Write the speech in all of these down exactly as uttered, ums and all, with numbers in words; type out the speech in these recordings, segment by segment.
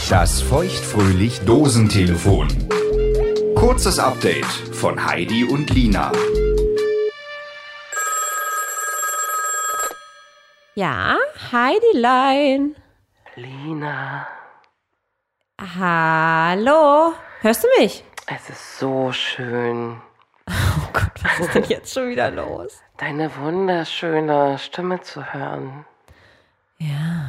Das feuchtfröhlich Dosentelefon. Kurzes Update von Heidi und Lina. Ja, Heidilein. Lina. Hallo. Hörst du mich? Es ist so schön. Oh Gott, was ist denn jetzt schon wieder los? Deine wunderschöne Stimme zu hören. Ja.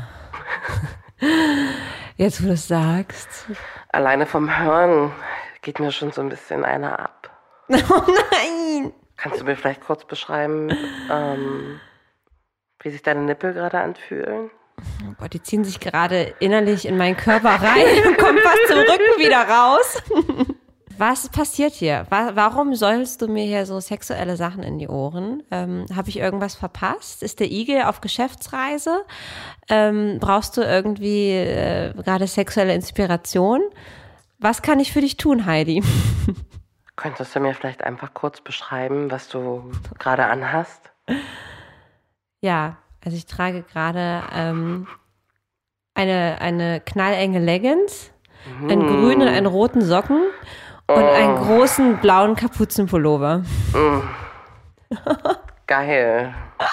Jetzt, wo du es sagst. Alleine vom Hören geht mir schon so ein bisschen einer ab. Oh nein! Kannst du mir vielleicht kurz beschreiben, ähm, wie sich deine Nippel gerade anfühlen? Oh Gott, die ziehen sich gerade innerlich in meinen Körper rein und kommen fast zum Rücken wieder raus. Was passiert hier? Warum sollst du mir hier so sexuelle Sachen in die Ohren? Ähm, Habe ich irgendwas verpasst? Ist der Igel auf Geschäftsreise? Ähm, brauchst du irgendwie äh, gerade sexuelle Inspiration? Was kann ich für dich tun, Heidi? Könntest du mir vielleicht einfach kurz beschreiben, was du gerade anhast? Ja, also ich trage gerade ähm, eine, eine knallenge Leggings, Mhm. einen grünen und einen roten Socken und einen großen blauen Kapuzenpullover. Geil.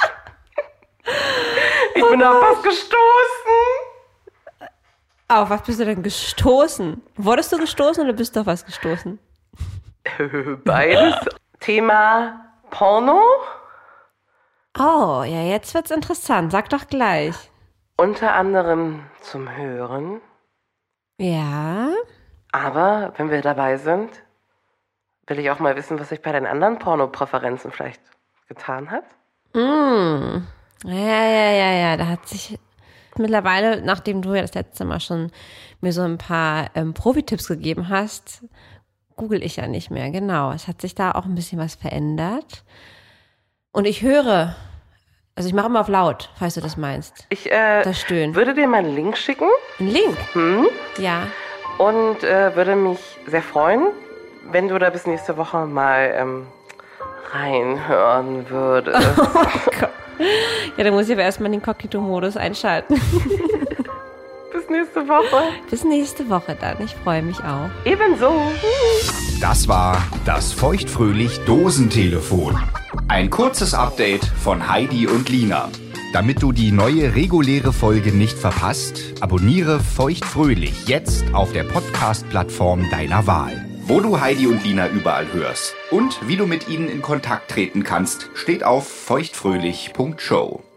Ich bin auf was gestoßen. Auf was bist du denn gestoßen? Wurdest du gestoßen oder bist du auf was gestoßen? Beides. Thema Porno. Oh, ja, jetzt wird's interessant. Sag doch gleich. Unter anderem zum Hören. Ja. Aber wenn wir dabei sind, will ich auch mal wissen, was sich bei deinen anderen Pornopräferenzen vielleicht getan hat. Mm. Ja, ja, ja, ja. Da hat sich mittlerweile, nachdem du ja das letzte Mal schon mir so ein paar ähm, Profi-Tipps gegeben hast, google ich ja nicht mehr. Genau. Es hat sich da auch ein bisschen was verändert. Und ich höre, also ich mache immer auf laut, falls du das meinst. Ich äh, Das Stöhnen. würde dir mal einen Link schicken. Ein Link? Hm? Ja. Und äh, würde mich sehr freuen, wenn du da bis nächste Woche mal ähm, reinhören würdest. Oh Gott. Ja, dann muss ich aber erstmal den Cognito-Modus einschalten. Bis nächste Woche. Bis nächste Woche dann. Ich freue mich auch. Ebenso. Das war das feuchtfröhlich Dosentelefon. Ein kurzes Update von Heidi und Lina. Damit du die neue reguläre Folge nicht verpasst, abonniere feuchtfröhlich jetzt auf der Podcast-Plattform deiner Wahl. Wo du Heidi und Lina überall hörst und wie du mit ihnen in Kontakt treten kannst, steht auf feuchtfröhlich punkt show.